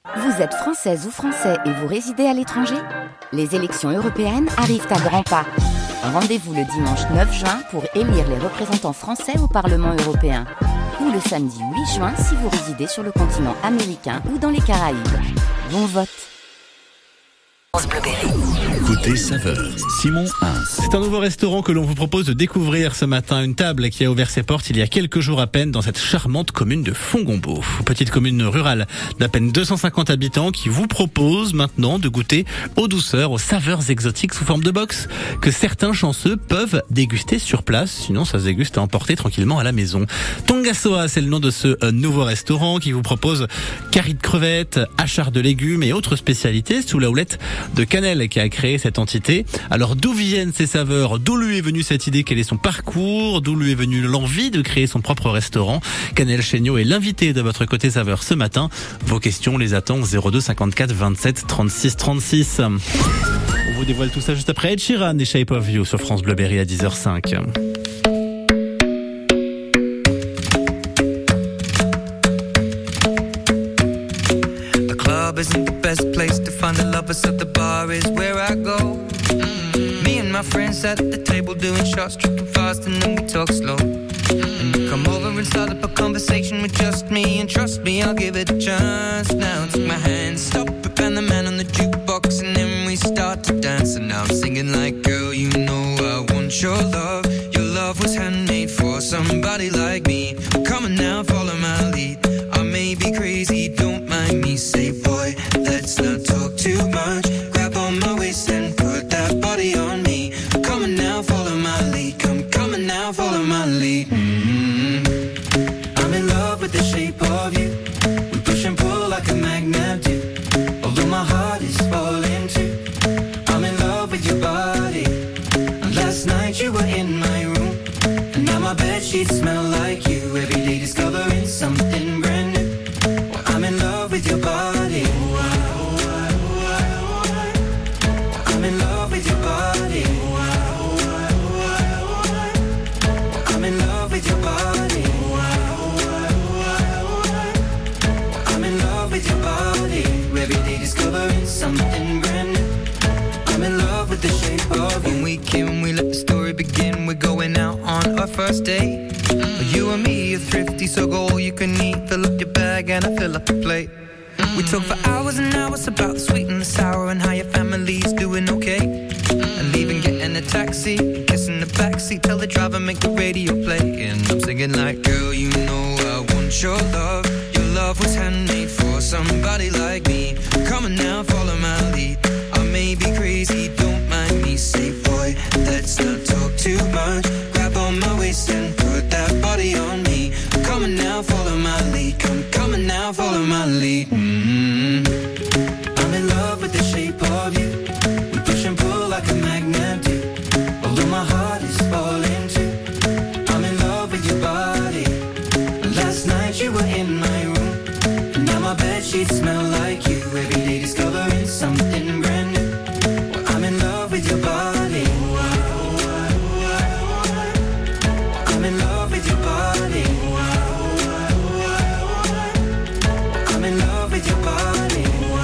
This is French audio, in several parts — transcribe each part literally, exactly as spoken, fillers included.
Vous êtes française ou français et vous résidez à l'étranger ? Les élections européennes arrivent à grands pas. Rendez-vous le dimanche neuf juin pour élire les représentants français au Parlement européen. Ou le samedi huit juin si vous résidez sur le continent américain ou dans les Caraïbes. Bon vote. Côté saveur, Simon Hins. C'est un nouveau restaurant que l'on vous propose de découvrir ce matin. Une table qui a ouvert ses portes il y a quelques jours à peine dans cette charmante commune de Fongombault. Petite commune rurale d'à peine deux cent cinquante habitants qui vous propose maintenant de goûter aux douceurs, aux saveurs exotiques sous forme de box que certains chanceux peuvent déguster sur place. Sinon, ça se déguste à emporter tranquillement à la maison. Tongasoa, c'est le nom de ce nouveau restaurant qui vous propose curry de crevettes, hachard de légumes et autres spécialités sous la houlette de Canel qui a créé cette entité. Alors d'où viennent ces saveurs? D'où lui est venue cette idée? Quel est son parcours? D'où lui est venue l'envie de créer son propre restaurant? Canel Chéniaud est l'invité de votre Côté saveur ce matin. Vos questions les attend zéro deux cinquante-quatre vingt-sept trente-six trente-six. On vous dévoile tout ça juste après Ed Sheeran et Shape of You sur France Bleu Berry à dix heures cinq. Isn't the best place to find the lovers, so the bar is where I go. Mm-hmm. Me and my friends at the table doing shots, tripping fast, and then we talk slow. Mm-hmm. And you come over and start up a conversation with just me, and trust me, I'll give it a chance. Now take my hand, stop it, and the man on the jukebox, and then we start to dance. And now I'm singing like, girl, you know I want your love. Your love was handmade for somebody like me. Come on now, follow my lead. I may be crazy, don't mind me. Say, boy, let's not talk too much. Grab on my waist and put that body on me. Come on now, follow my lead. Come, come on now, follow my lead. Mm-hmm. I'm in love with the shape of you. We push and pull like a magnet do. Although my heart is falling too. I'm in love with your body. And last night you were in my room. And now my bedsheets smell like you. Every day discovering something brand new. Well, I'm in love with your body. I'm in love with your body. I'm in love with your body. I'm in love with your body. Every day discovering something brand new. I'm in love with the shape of you. When we came, we let the story begin. We're going out on our first date. Mm-hmm. You and me are thrifty, so go all you can eat. Fill up your bag and I fill up the plate. Mm-hmm. We talk for hours and hours about the sweet and the sour and how your family's doing okay. Mm-hmm. And leaving, getting a taxi, kissing the backseat, tell the driver make the radio play. And I'm singing like, girl, you know I want your love. Your love was handmade for somebody like me. Come on now, follow my lead. I may be crazy, don't mind me. Say, boy, let's not talk too much. Grab on my waist and put that body on me. Come on now, follow my lead. Come, come on now, follow my lead. Mm-hmm. I'm in love with the shape of you. We push and pull like a magnet do. Although my heart is falling too. I'm in love with your body. Last night you were in my room. And now my bedsheets smell like you. Every day discovering something brand new. Well, I'm in love with your body. I'm in love with your body. I'm in love with your body.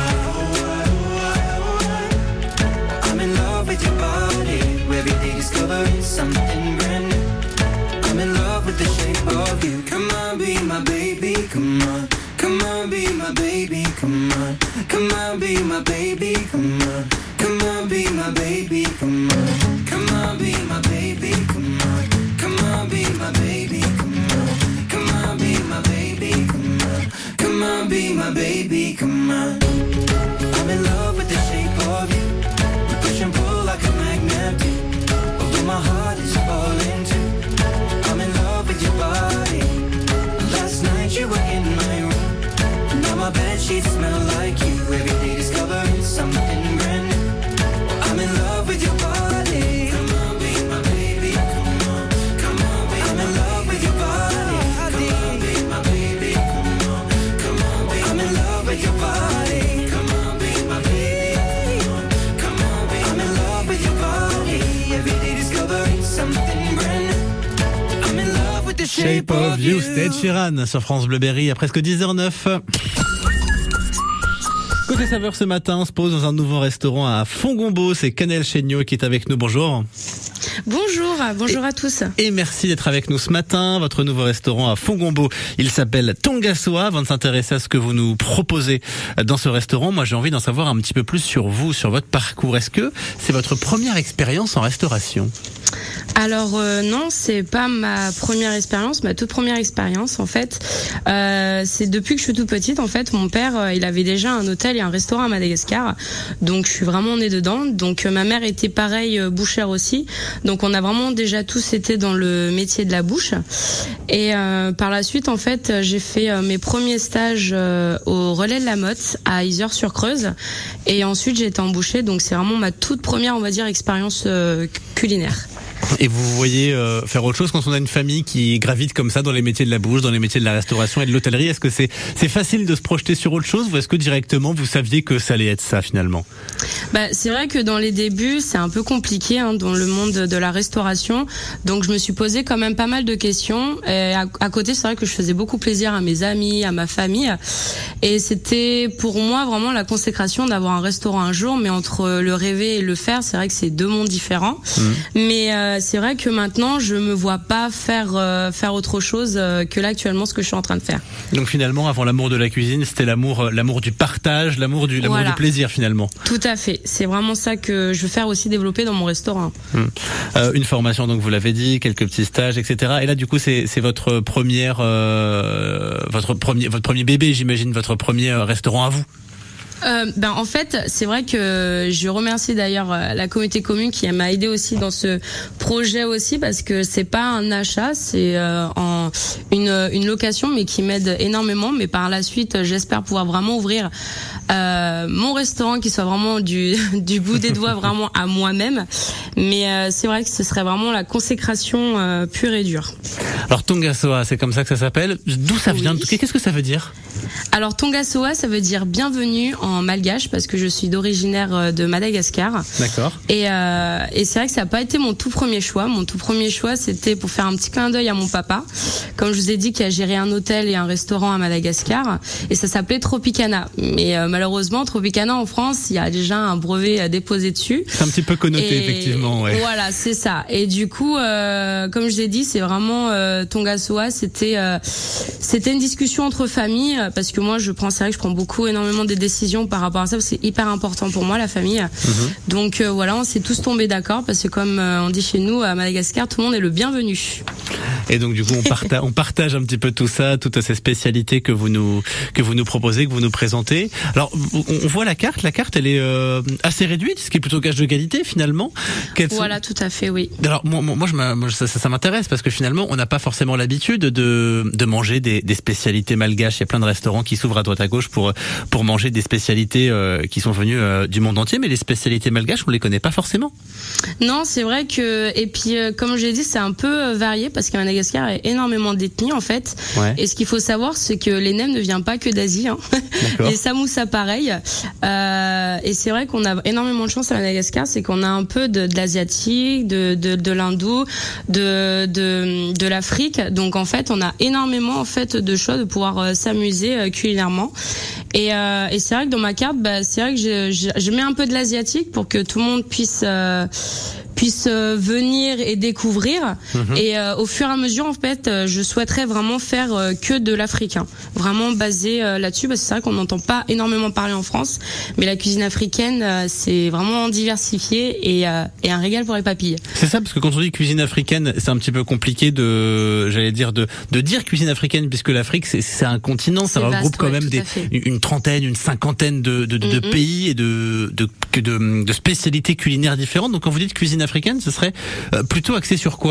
I'm in love with your body. Every day discovering something brand new. I'm in love with the shape of you. Come on, be my baby, come on. Come on, be my baby, come on. Come on, be my baby, come on. Come on, be my baby, come on. Come on, be my baby, come on. Come on, be my baby, come on. Come on, be my baby, come on. Come on, be my baby, come on. I'm in love with the shape of you. We push and pull like a magnet do. Although my heart is falling too. I'm in love with your body. Last night you were in my room. Now my bedsheets smell like you. Every day discovering something brand new. I'm in love with your body. Come on, be my baby. Come on, come on, be I'm in love with your body. Come on, be my baby. Come on, come on, be I'm in love with your body. Come on, be my baby. Come on, come on, be I'm in love with your body. Every day discovering something brand new. I'm in love with the shape of you. Ed Sheeran sur France Bleu Berry à presque dix heures zéro neuf. Côté saveur ce matin, on se pose dans un nouveau restaurant à Fongombo. C'est Canel Chéniaud qui est avec nous. Bonjour. Bonjour, bonjour et, à tous. Et merci d'être avec nous ce matin. Votre nouveau restaurant à Fongombo, il s'appelle Tongasoa. Avant de s'intéresser à ce que vous nous proposez dans ce restaurant, moi j'ai envie d'en savoir un petit peu plus sur vous, sur votre parcours. Est-ce que c'est votre première expérience en restauration ? Alors euh, non, c'est pas ma première expérience, ma toute première expérience en fait. Euh, c'est depuis que je suis toute petite en fait. Mon père, euh, il avait déjà un hôtel et un restaurant à Madagascar, donc je suis vraiment née dedans. Donc euh, ma mère était pareil euh, bouchère aussi, donc on a vraiment déjà tous été dans le métier de la bouche. Et euh, par la suite en fait, j'ai fait euh, mes premiers stages euh, au Relais de la Motte à Yzeure-sur-Creuse, et ensuite j'ai été embauchée. Donc c'est vraiment ma toute première, on va dire, expérience euh, culinaire. Et vous voyez euh, faire autre chose quand on a une famille qui gravite comme ça dans les métiers de la bouche, dans les métiers de la restauration et de l'hôtellerie? Est-ce que c'est c'est facile de se projeter sur autre chose, ou est-ce que directement vous saviez que ça allait être ça finalement? Bah, c'est vrai que dans les débuts, c'est un peu compliqué hein, dans le monde de la restauration. Donc je me suis posé quand même pas mal de questions. Et à, à côté, c'est vrai que je faisais beaucoup plaisir à mes amis, à ma famille. Et c'était pour moi vraiment la consécration d'avoir un restaurant un jour. Mais entre le rêver et le faire, c'est vrai que c'est deux mondes différents. Mmh. Mais euh, c'est vrai que maintenant, je me vois pas faire euh, faire autre chose euh, que là actuellement ce que je suis en train de faire. Donc finalement, avant l'amour de la cuisine, c'était l'amour l'amour du partage, l'amour du l'amour voilà. du plaisir finalement. Tout à fait. C'est vraiment ça que je veux faire aussi développer dans mon restaurant. Hum. Euh, une formation, donc vous l'avez dit, quelques petits stages, et cetera. Et là, du coup, c'est c'est votre première euh, votre premier votre premier bébé, j'imagine, votre premier restaurant à vous. Euh, ben en fait, c'est vrai que je remercie d'ailleurs la communauté commune qui m'a aidé aussi dans ce projet aussi, parce que c'est pas un achat, c'est euh, en une une location, mais qui m'aide énormément. Mais par la suite, j'espère pouvoir vraiment ouvrir euh, mon restaurant qui soit vraiment du du bout des doigts vraiment à moi-même. Mais euh, c'est vrai que ce serait vraiment la consécration euh, pure et dure. Alors Tongasoa, c'est comme ça que ça s'appelle. D'où ça vient? Oui. Qu'est-ce que ça veut dire? Alors Tongasoa, ça veut dire bienvenue en malgache, parce que je suis d'originaire de Madagascar. D'accord. Et, euh, et c'est vrai que ça n'a pas été mon tout premier choix. Mon tout premier choix, c'était pour faire un petit clin d'œil à mon papa. Comme je vous ai dit, qui a géré un hôtel et un restaurant à Madagascar, et ça s'appelait Tropicana. Mais euh, malheureusement, Tropicana en France, il y a déjà un brevet déposé dessus. C'est un petit peu connoté, et effectivement. Ouais. Voilà, c'est ça. Et du coup, euh, comme je vous ai dit, c'est vraiment euh, Tongasoa. C'était euh, c'était une discussion entre familles, parce que moi, je prends, c'est vrai que je prends beaucoup, énormément des décisions par rapport à ça, parce que c'est hyper important pour moi, la famille. Mmh. Donc euh, voilà, on s'est tous tombés d'accord, parce que comme euh, on dit chez nous à Madagascar, tout le monde est le bienvenu. Et donc du coup, on partage, on partage un petit peu tout ça, toutes ces spécialités que vous nous que vous nous proposez, que vous nous présentez. Alors, on voit la carte. La carte, elle est euh, assez réduite, ce qui est plutôt gage de qualité finalement. Quelles voilà, sont... tout à fait, oui. Alors moi, moi, je moi ça, ça, ça m'intéresse, parce que finalement, on n'a pas forcément l'habitude de de manger des, des spécialités malgaches. Il y a plein de restaurants qui s'ouvrent à droite à gauche pour pour manger des spécialités euh, qui sont venues euh, du monde entier, mais les spécialités malgaches, on les connaît pas forcément. Non, c'est vrai que, et puis euh, comme je l'ai dit, c'est un peu euh, varié, parce qu'à Madagascar il y a énormément d'ethnies en fait. Ouais. Et ce qu'il faut savoir, c'est que les nems ne viennent pas que d'Asie. Hein. Les samoussas pareil. Euh, et c'est vrai qu'on a énormément de chance à Madagascar, c'est qu'on a un peu de, de l'asiatique, de de, de l'hindou, de de de l'Afrique. Donc en fait, on a énormément en fait de choix de pouvoir euh, s'amuser euh, culinairement. Et, euh, et c'est vrai que dans ma carte, bah, c'est vrai que je, je, je mets un peu de l'asiatique pour que tout le monde puisse euh, puisse euh, venir et découvrir. Mmh. Et euh, au fur et à mesure, en fait, euh, je souhaiterais vraiment faire euh, que de l'africain, vraiment basé euh, là-dessus, parce que c'est vrai qu'on n'entend pas énormément parler en France, mais la cuisine africaine, euh, c'est vraiment diversifié et, euh, et un régal pour les papilles. C'est ça, parce que quand on dit cuisine africaine, c'est un petit peu compliqué de, j'allais dire, de, de dire cuisine africaine, puisque l'Afrique, c'est, c'est un continent, ça regroupe vaste, quand ouais, même des, une trentaine, une cinquantaine de, de, de, mm-hmm. de pays et de, de, de, de, de spécialités culinaires différentes. Donc quand vous dites cuisine africaine, ce serait plutôt axé sur quoi ?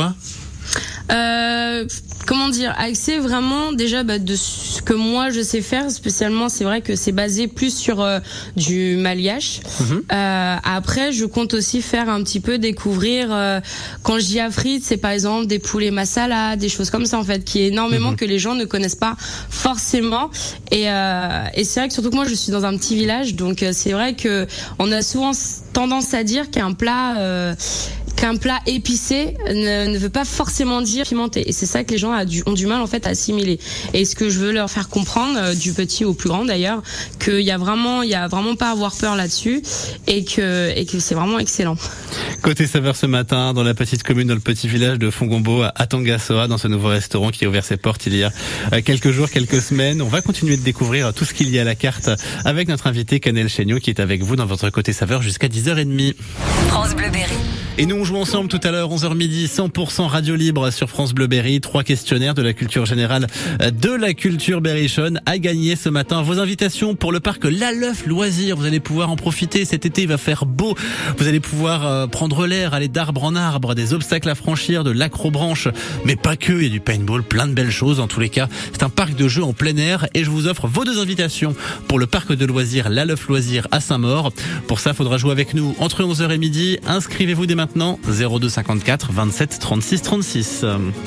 Euh, comment dire, axé vraiment déjà bah, de ce que moi je sais faire spécialement. C'est vrai que c'est basé plus sur euh, du malgache. Mmh. Euh, après, je compte aussi faire un petit peu découvrir. Euh, quand je dis Afrique, c'est par exemple des poulets masala, des choses comme ça en fait, qui est énormément mmh. que les gens ne connaissent pas forcément. Et, euh, et c'est vrai que surtout que moi je suis dans un petit village, donc c'est vrai que on a souvent tendance à dire qu'un plat euh, qu'un plat épicé ne, ne veut pas forcément dire pimenté. Et c'est ça que les gens a du, ont du mal en fait à assimiler. Et ce que je veux leur faire comprendre, euh, du petit au plus grand d'ailleurs, qu'il y a vraiment, il y a vraiment pas à avoir peur là-dessus, et que et que c'est vraiment excellent. Côté saveur ce matin, dans la petite commune, dans le petit village de Fongombo à Tangasoa, dans ce nouveau restaurant qui a ouvert ses portes il y a quelques jours, quelques semaines. On va continuer de découvrir tout ce qu'il y a à la carte avec notre invité Canel Chéniaud qui est avec vous dans votre côté saveur jusqu'à dix heures trente. France Bleu Berry. Et nous on joue ensemble tout à l'heure, onze heures midi, cent pour cent radio libre sur France Bleu Berry. Trois questionnaires de la culture générale, de la culture berrichonne à gagner ce matin. Vos invitations pour le parc Lalleuf Loisirs. Vous allez pouvoir en profiter. Cet été, il va faire beau. Vous allez pouvoir euh, prendre l'air, aller d'arbre en arbre, des obstacles à franchir, de l'acrobranche. Mais pas que, il y a du paintball, plein de belles choses en tous les cas. C'est un parc de jeux en plein air et je vous offre vos deux invitations pour le parc de loisirs Lalleuf Loisirs à Saint-Maur. Pour ça, il faudra jouer avec nous entre onze heures et midi. Inscrivez-vous dès maintenant, zéro deux cinquante-quatre vingt-sept trente-six trente-six.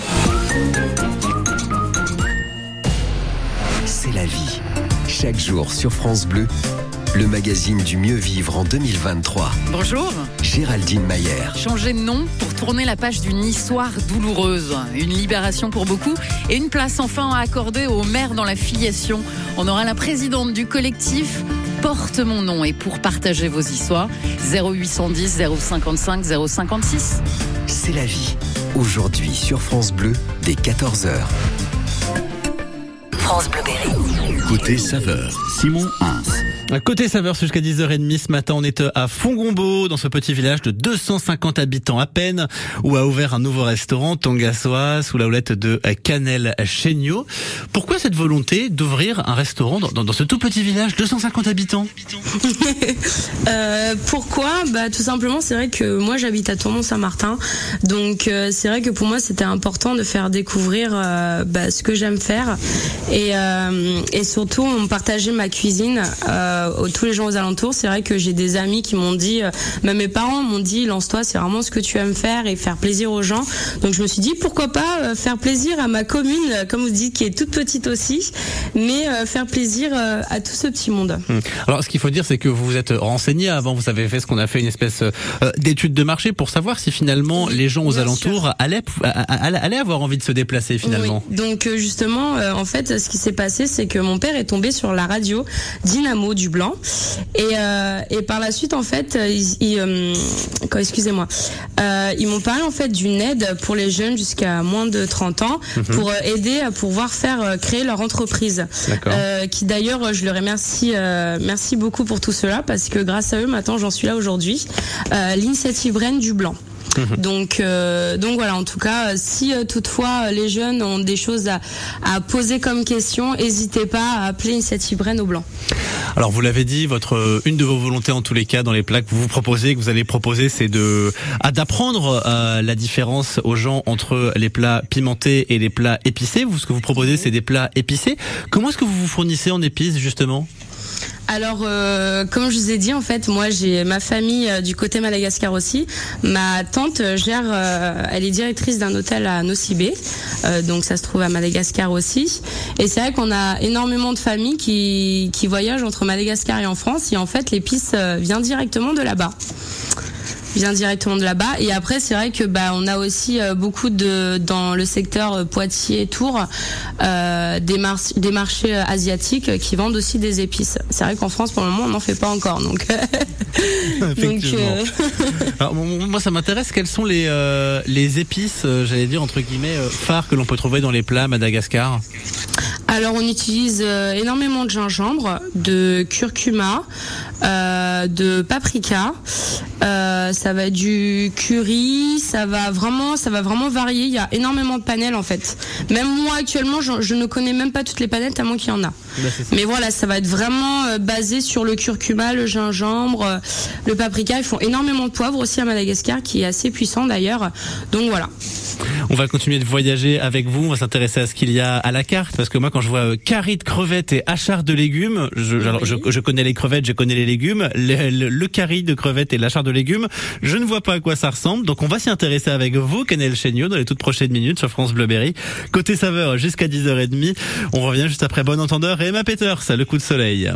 C'est la vie. Chaque jour sur France Bleu, le magazine du mieux vivre en deux mille vingt-trois. Bonjour. Géraldine Mayer. Changer de nom pour tourner la page d'une histoire douloureuse. Une libération pour beaucoup et une place enfin à accorder aux mères dans la filiation. On aura la présidente du collectif Porte mon nom. Et pour partager vos histoires, zéro huit cent dix zéro cinquante-cinq zéro cinquante-six. C'est la vie. Aujourd'hui sur France Bleu, dès quatorze heures. France Bleu Berry. Côté saveur, Simon Hins. Côté saveur, jusqu'à dix heures trente ce matin, on est à Fongombo, dans ce petit village de deux cent cinquante habitants à peine, où a ouvert un nouveau restaurant, Tangasoa, sous la houlette de Canel Chéniaud. Pourquoi cette volonté d'ouvrir un restaurant dans, dans, dans ce tout petit village, deux cent cinquante habitants? euh, Pourquoi Bah tout simplement, c'est vrai que moi j'habite à Tournon-Saint-Martin, donc euh, c'est vrai que pour moi c'était important de faire découvrir euh, bah, ce que j'aime faire, et, euh, et surtout on partageait ma cuisine. Euh, tous les gens aux alentours. C'est vrai que j'ai des amis qui m'ont dit, euh, même mes parents m'ont dit, lance-toi, c'est vraiment ce que tu aimes faire et faire plaisir aux gens. Donc je me suis dit, pourquoi pas euh, faire plaisir à ma commune, euh, comme vous dites, qui est toute petite aussi, mais euh, faire plaisir euh, à tout ce petit monde. Hum. Alors ce qu'il faut dire, c'est que vous vous êtes renseigné avant, vous avez fait ce qu'on a fait, une espèce euh, d'étude de marché pour savoir si finalement les gens aux Bien alentours allaient, allaient, allaient avoir envie de se déplacer finalement. Oui. Donc euh, justement, euh, en fait, ce qui s'est passé, c'est que mon père est tombé sur la radio Dynamo du Blanc, et euh, et par la suite en fait ils, ils euh, excusez-moi euh, ils m'ont parlé en fait d'une aide pour les jeunes jusqu'à moins de trente ans, mmh. pour euh, aider à pouvoir faire euh, créer leur entreprise, euh, qui d'ailleurs je leur remercie euh, merci beaucoup pour tout cela, parce que grâce à eux maintenant j'en suis là aujourd'hui, euh, l'initiative Brain du Blanc. Donc, euh, donc voilà. En tout cas, si euh, toutefois les jeunes ont des choses à, à poser comme question, n'hésitez pas à appeler Initiative Brain au Blanc. Alors vous l'avez dit, votre une de vos volontés en tous les cas dans les plats que vous vous proposez, que vous allez proposer, c'est de à, d'apprendre euh, la différence aux gens entre les plats pimentés et les plats épicés. Vous, ce que vous proposez, c'est des plats épicés. Comment est-ce que vous vous fournissez en épices justement ? Alors, euh, comme je vous ai dit, en fait, moi, j'ai ma famille euh, du côté Madagascar aussi. Ma tante gère, euh, elle est directrice d'un hôtel à Nosy-Be, euh, donc ça se trouve à Madagascar aussi. Et c'est vrai qu'on a énormément de familles qui qui voyagent entre Madagascar et en France, et en fait, l'épice euh, vient directement de là-bas. vient directement de là-bas. Et après, c'est vrai que bah on a aussi euh, beaucoup de dans le secteur euh, Poitiers, Tours, euh, des, mar- des marchés euh, asiatiques euh, qui vendent aussi des épices. C'est vrai qu'en France, pour le moment, on n'en fait pas encore. Donc, effectivement. Donc, euh... Alors, moi, ça m'intéresse. Quelles sont les euh, les épices, euh, j'allais dire entre guillemets, euh, phares que l'on peut trouver dans les plats à Madagascar? Alors, on utilise euh, énormément de gingembre, de curcuma, euh, de paprika. Euh, ça va être du curry. Ça va vraiment, ça va vraiment varier. Il y a énormément de panels en fait. Même moi actuellement, je, je ne connais même pas toutes les panels tellement qu'il y en a. Bah, mais voilà, ça va être vraiment euh, basé sur le curcuma, le gingembre, euh, le paprika. Ils font énormément de poivre aussi à Madagascar, qui est assez puissant d'ailleurs. Donc voilà. On va continuer de voyager avec vous. On va s'intéresser à ce qu'il y a à la carte, parce que moi, quand je vois euh, carré de crevettes et achard de légumes, je, oui. alors, je, je connais les crevettes, je connais les légumes. Le, le, le carré de crevettes et l'achard de légumes, je ne vois pas à quoi ça ressemble. Donc, on va s'y intéresser avec vous, Canel Chéniaud, dans les toutes prochaines minutes sur France Bleu Berry. Côté saveur, jusqu'à dix heures trente. On revient juste après Bon Entendeur et Emma Peters, le coup de soleil.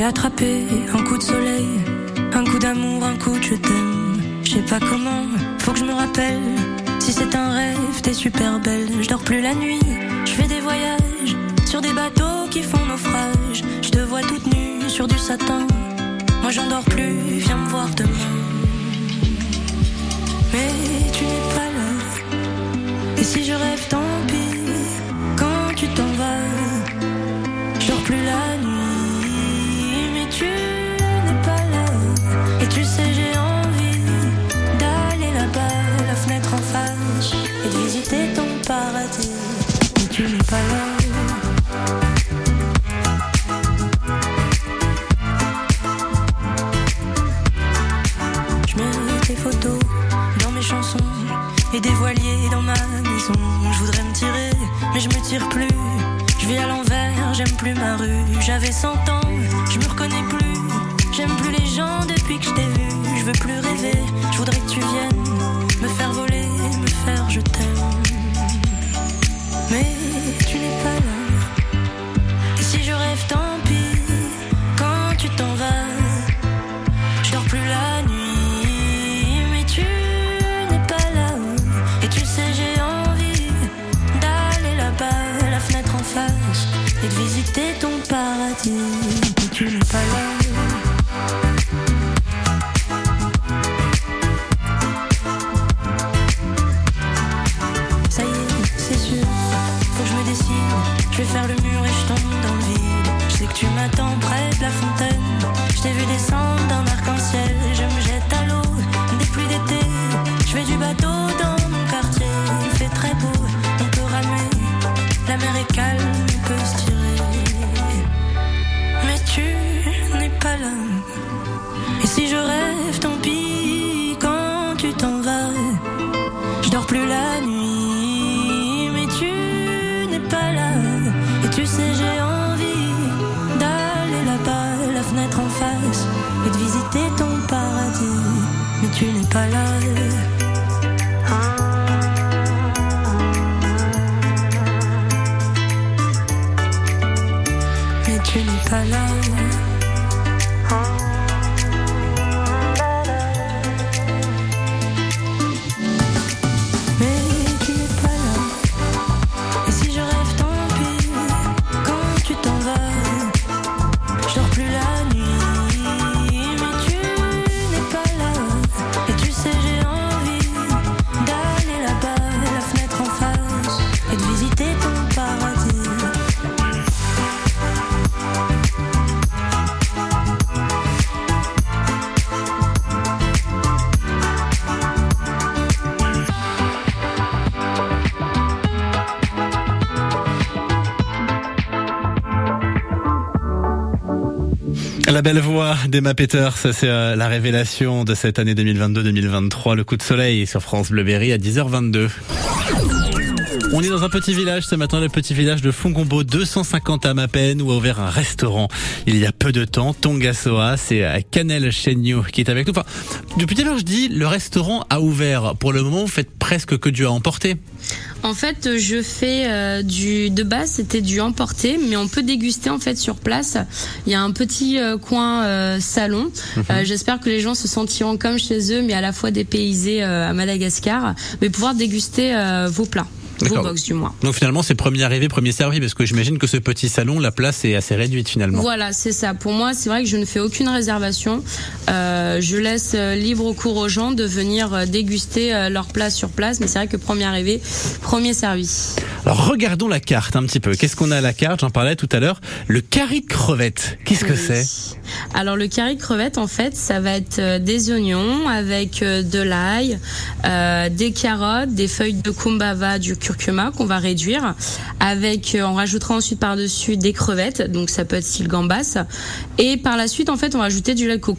J'ai attrapé un coup de soleil, un coup d'amour, un coup de je t'aime. Je sais pas comment, faut que je me rappelle. Si c'est un rêve, t'es super belle. Je dors plus la nuit, je fais des voyages sur des bateaux qui font naufrage. Je te vois toute nue sur du satin. Moi j'en dors plus, viens me voir demain. Mais tu n'es pas là. Et si je rêve, tant pis. Quand tu t'en vas, je dors plus la nuit. Mais tu n'es pas là. Et tu sais j'ai envie d'aller là-bas, la fenêtre en face, et de visiter ton paradis. Mais tu n'es pas là. Photos dans mes chansons et des voiliers dans ma maison. Je voudrais me tirer, mais je me tire plus. Je vis à l'envers, j'aime plus ma rue. J'avais cent ans, je me reconnais plus. J'aime plus les gens depuis que je t'ai vu. Je veux plus rêver, je voudrais que tu viennes me faire voler, me faire je t'aime. Mais tu n'es pas là. Et si je rêve, tant pis. Quand tu t'en vas, je dors plus la nuit. Et de visiter ton paradis. Mais tu n'es pas là. Ça y est, c'est sûr, faut que je me décide. Je vais faire le mur et je tombe dans le vide. Je sais que tu m'attends près de la fontaine. Je t'ai vu descendre d'un arc-en-ciel. Je me jette à l'eau des pluies d'été. Je fais du bateau dans mon quartier. Il fait très beau, on peut ramer. La mer est calme, on peut se tirer. Mais tu n'es pas là. Et si je rêve, tant pis. Quand tu t'en vas, je dors plus la nuit. Mais tu n'es pas là. Et tu sais j'ai envie d'aller là-bas, la fenêtre en face, et de visiter ton paradis. Mais tu n'es pas là. Tu n'es pas là. Mais tu n'es pas là. Et si je rêve, tant pis. Quand tu t'en vas, je dors plus la nuit. Mais tu n'es pas là. Et tu sais j'ai envie d'aller là-bas, la fenêtre en face, et de visiter ton paradis. La belle voix d'Emma Peters, c'est euh, la révélation de cette année deux mille vingt-deux deux mille vingt-trois. Le coup de soleil sur France Bleu Berry à dix heures vingt-deux. On est dans un petit village ce matin, le petit village de Fongombo, deux cent cinquante âmes à peine, où a ouvert un restaurant il y a peu de temps, Tongasoa. C'est Canel Chenio qui est avec nous. Enfin, depuis tout à l'heure, je dis, le restaurant a ouvert. Pour le moment, vous faites presque que du à emporter. En fait, je fais euh, du de base, c'était du emporté, mais on peut déguster en fait sur place. Il y a un petit euh, coin euh, salon. Mmh. Euh, j'espère que les gens se sentiront comme chez eux, mais à la fois dépaysés euh, à Madagascar, mais pouvoir déguster euh, vos plats. Vos box du moins. Donc finalement c'est premier arrivé, premier servi, parce que j'imagine que ce petit salon, la place est assez réduite finalement. Voilà, c'est ça. Pour moi, c'est vrai que je ne fais aucune réservation. Euh, je laisse libre cours aux gens de venir déguster leur plat sur place, mais c'est vrai que premier arrivé, premier servi. Alors regardons la carte un petit peu. Qu'est-ce qu'on a à la carte? J'en parlais tout à l'heure. Le curry crevette. Qu'est-ce que oui. c'est? Alors le curry crevette, en fait, ça va être des oignons avec de l'ail, euh, des carottes, des feuilles de kumbava, du curcuma qu'on va réduire. Avec, on rajoutera ensuite par-dessus des crevettes, donc ça peut être style gambas. Et par la suite, en fait, on va ajouter du lait de coco.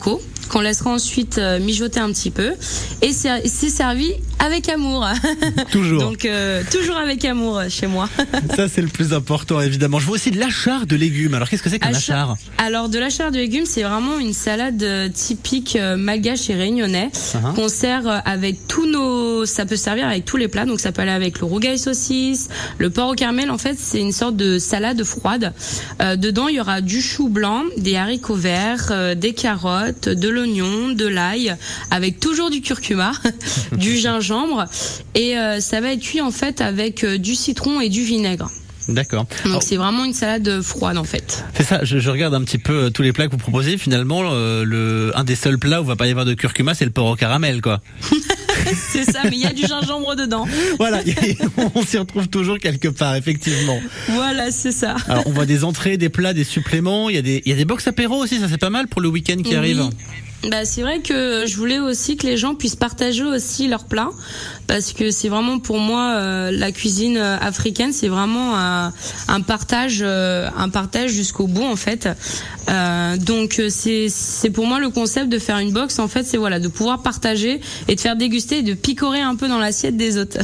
qu'on laissera ensuite euh, mijoter un petit peu. Et c'est, c'est servi avec amour. Toujours. Donc euh, toujours avec amour chez moi. Ça c'est le plus important évidemment. Je vois aussi de l'achar de légumes. Alors qu'est-ce que c'est qu'un achar, achar Alors de l'achar de légumes, c'est vraiment une salade typique malgache et réunionnais uh-huh. qu'on sert avec tous nos. Ça peut servir avec tous les plats. Donc ça peut aller avec le rougail saucisse, le porc au caramel. En fait, c'est une sorte de salade froide. Euh, dedans, il y aura du chou blanc, des haricots verts, euh, des carottes, de l'oignon, de l'ail, avec toujours du curcuma, du gingembre. Et euh, ça va être cuit en fait avec euh, du citron et du vinaigre. D'accord. Donc Alors, c'est vraiment une salade froide en fait. C'est ça, je, je regarde un petit peu euh, tous les plats que vous proposez. Finalement, euh, le, un des seuls plats où il va pas y avoir de curcuma, c'est le porc au caramel, quoi. C'est ça, mais il y a du gingembre dedans. Voilà, on s'y retrouve toujours quelque part, effectivement. Voilà, c'est ça. Alors, on voit des entrées, des plats, des suppléments. Il y a des, il y a des box apéro aussi, ça c'est pas mal pour le week-end qui oui. arrive. Bah c'est vrai que je voulais aussi que les gens puissent partager aussi leurs plats parce que c'est vraiment pour moi euh, la cuisine africaine, c'est vraiment un, un partage euh, un partage jusqu'au bout en fait. Euh, donc c'est c'est pour moi le concept de faire une box en fait, c'est voilà de pouvoir partager et de faire déguster et de picorer un peu dans l'assiette des autres.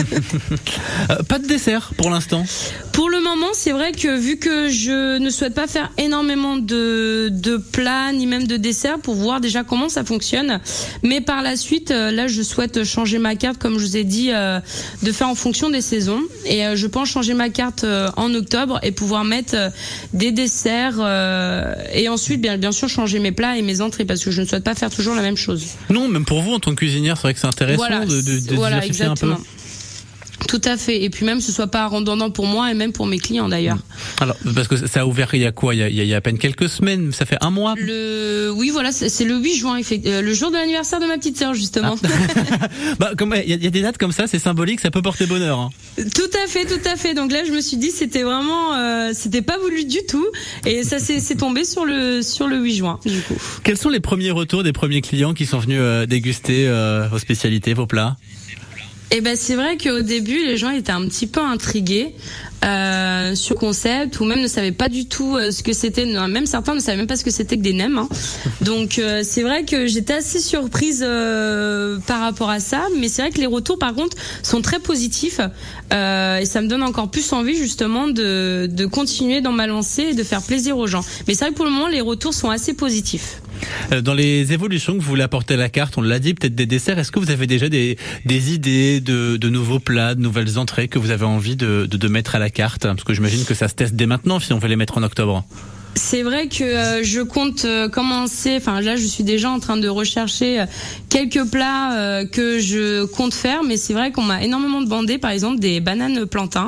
euh, pas de dessert pour l'instant. Pour le moment, c'est vrai que vu que je ne souhaite pas faire énormément de de plats ni même de desserts pour voir déjà comment ça fonctionne, mais par la suite euh, là je souhaite changer ma carte comme je vous ai dit euh, de faire en fonction des saisons et euh, je pense changer ma carte euh, en octobre et pouvoir mettre euh, des desserts euh, et ensuite bien, bien sûr changer mes plats et mes entrées parce que je ne souhaite pas faire toujours la même chose. Non, même pour vous en tant que cuisinière, c'est vrai que c'est intéressant voilà, de, de, de voilà, diversifier exactement. un peu. Tout à fait. Et puis même, ce soit pas redondant pour moi et même pour mes clients d'ailleurs. Alors, parce que ça a ouvert il y a quoi il y a, il y a à peine quelques semaines, ça fait un mois. Le, oui, voilà, c'est, c'est le huit juin, le jour de l'anniversaire de ma petite sœur justement. Ah. bah, comme il y, y a des dates comme ça, c'est symbolique, ça peut porter bonheur. Hein. Tout à fait, tout à fait. Donc là, je me suis dit, c'était vraiment, euh, c'était pas voulu du tout, et ça s'est, c'est tombé sur le sur le huit juin du coup. Quels sont les premiers retours des premiers clients qui sont venus euh, déguster euh, vos spécialités, vos plats? Eh ben c'est vrai qu'au début les gens étaient un petit peu intrigués euh, sur le concept ou même ne savaient pas du tout euh, ce que c'était. Même certains ne savaient même pas ce que c'était que des nems. Hein. Donc euh, c'est vrai que j'étais assez surprise euh, par rapport à ça, mais c'est vrai que les retours par contre sont très positifs euh, et ça me donne encore plus envie justement de de continuer dans ma lancée et de faire plaisir aux gens. Mais c'est vrai que pour le moment les retours sont assez positifs. Dans les évolutions que vous voulez apporter à la carte, on l'a dit, peut-être des desserts, est-ce que vous avez déjà des, des idées de, de nouveaux plats, de nouvelles entrées que vous avez envie de, de, de mettre à la carte? Parce que j'imagine que ça se teste dès maintenant si on veut les mettre en octobre. C'est vrai que euh, je compte euh, commencer, enfin là je suis déjà en train de rechercher euh, quelques plats euh, que je compte faire, mais c'est vrai qu'on m'a énormément demandé par exemple des bananes plantains,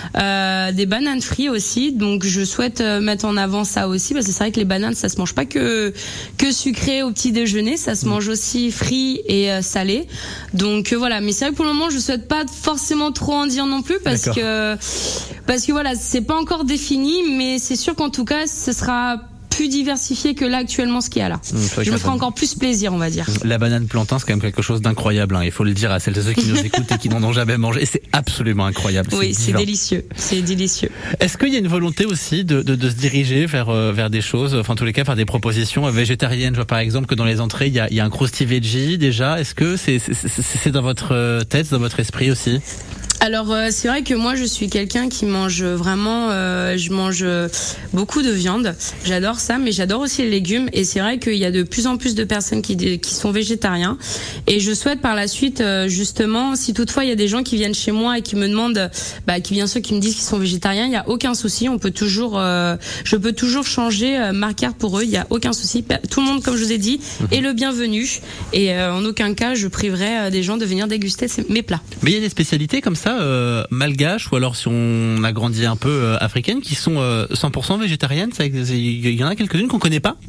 euh, des bananes frites aussi, donc je souhaite euh, mettre en avant ça aussi parce que c'est vrai que les bananes ça se mange pas que que sucré au petit déjeuner, ça se mange aussi frit et euh, salé, donc euh, voilà. Mais c'est vrai que pour le moment je souhaite pas forcément trop en dire non plus parce D'accord. que parce que voilà c'est pas encore défini, mais c'est sûr qu'en tout cas ce sera plus diversifié que là actuellement ce qu'il y a là. Mmh, je me ferai encore plus plaisir, on va dire. La banane plantain, c'est quand même quelque chose d'incroyable. Hein. Il faut le dire à celles et ceux qui nous écoutent et qui n'en ont jamais mangé. C'est absolument incroyable. Oui, c'est, c'est délicieux. C'est délicieux. Est-ce qu'il y a une volonté aussi de, de, de se diriger vers euh, vers des choses, enfin en tous les cas, vers des propositions végétariennes? Je vois par exemple que dans les entrées, il y a, il y a un crusty veggie déjà. Est-ce que c'est, c'est, c'est, c'est dans votre tête, dans votre esprit aussi? Alors euh, c'est vrai que moi je suis quelqu'un qui mange vraiment, euh, je mange beaucoup de viande, j'adore ça, mais j'adore aussi les légumes et c'est vrai qu'il y a de plus en plus de personnes qui qui sont végétariens et je souhaite par la suite euh, justement, si toutefois il y a des gens qui viennent chez moi et qui me demandent, bah qui bien sûr qui me disent qu'ils sont végétariens, il y a aucun souci, on peut toujours, euh, je peux toujours changer euh, ma carte pour eux, il y a aucun souci, tout le monde comme je vous ai dit est le bienvenu et euh, en aucun cas je priverai euh, des gens de venir déguster ces, mes plats. Mais il y a des spécialités comme ça. Euh, malgaches ou alors si on agrandit un peu euh, africaines qui sont euh, cent pour cent végétariennes, il y en a quelques-unes qu'on connaît pas.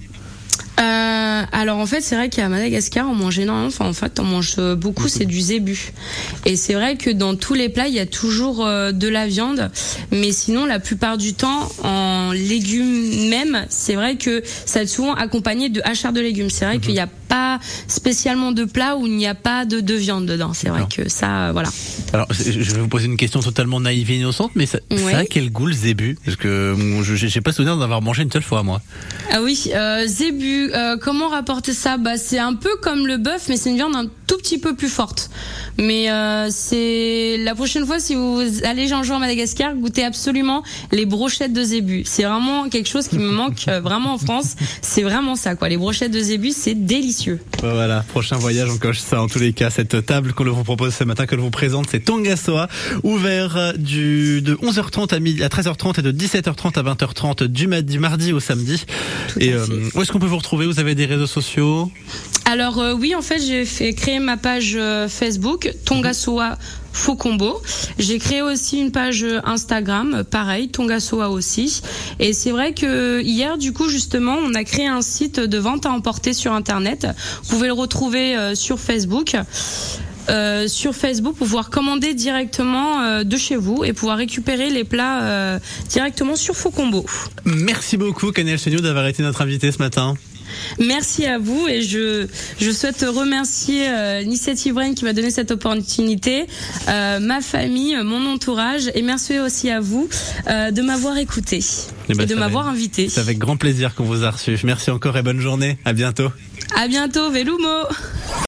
Euh, alors en fait c'est vrai qu'à Madagascar on mange énormément, enfin en fait on mange beaucoup, c'est du zébu et c'est vrai que dans tous les plats il y a toujours euh, de la viande, mais sinon la plupart du temps en légumes même c'est vrai que ça est souvent accompagné de hachard de légumes. C'est vrai mmh. qu'il y a pas spécialement de plat où il n'y a pas de, de viande dedans. C'est D'accord. vrai que ça, euh, voilà. Alors, je vais vous poser une question totalement naïve et innocente, mais ça, ouais. ça a quel goût le zébu? Parce que je n'ai pas souvenir d'en avoir mangé une seule fois, moi. Ah oui, euh, zébu, euh, comment rapporter ça? Bah, c'est un peu comme le bœuf, mais c'est une viande un tout petit peu plus forte. Mais euh, c'est la prochaine fois, si vous allez un jour à Madagascar, goûtez absolument les brochettes de zébu. C'est vraiment quelque chose qui me manque euh, vraiment en France. C'est vraiment ça, quoi. Les brochettes de zébu, c'est délicieux. Voilà, prochain voyage, on coche ça. En tous les cas, cette table qu'on vous propose ce matin, que l'on vous présente, c'est Tongasoa, ouvert du de onze heures trente à, midi, à treize heures trente et de dix-sept heures trente à vingt heures trente du, du mardi au samedi. Tout et euh, où est-ce qu'on peut vous retrouver? Vous avez des réseaux sociaux? Alors euh, oui, en fait, j'ai fait créer ma page euh, Facebook Tongasoa Fokombo. J'ai créé aussi une page Instagram, pareil, Tongasoa aussi. Et c'est vrai que hier, du coup, justement, on a créé un site de vente à emporter sur Internet. Vous pouvez le retrouver euh, sur Facebook. Euh, sur Facebook pour pouvoir commander directement euh, de chez vous et pouvoir récupérer les plats euh, directement sur Fokombo. Merci beaucoup, Kaniel Cheniou, d'avoir été notre invité ce matin. Merci à vous et je je souhaite remercier euh, l'initiative Rennes qui m'a donné cette opportunité, euh, ma famille, mon entourage et merci aussi à vous euh, de m'avoir écouté et, bah, et de m'avoir avec, invité. C'est avec grand plaisir qu'on vous a reçu. Merci encore et bonne journée. À bientôt. À bientôt, Velumo.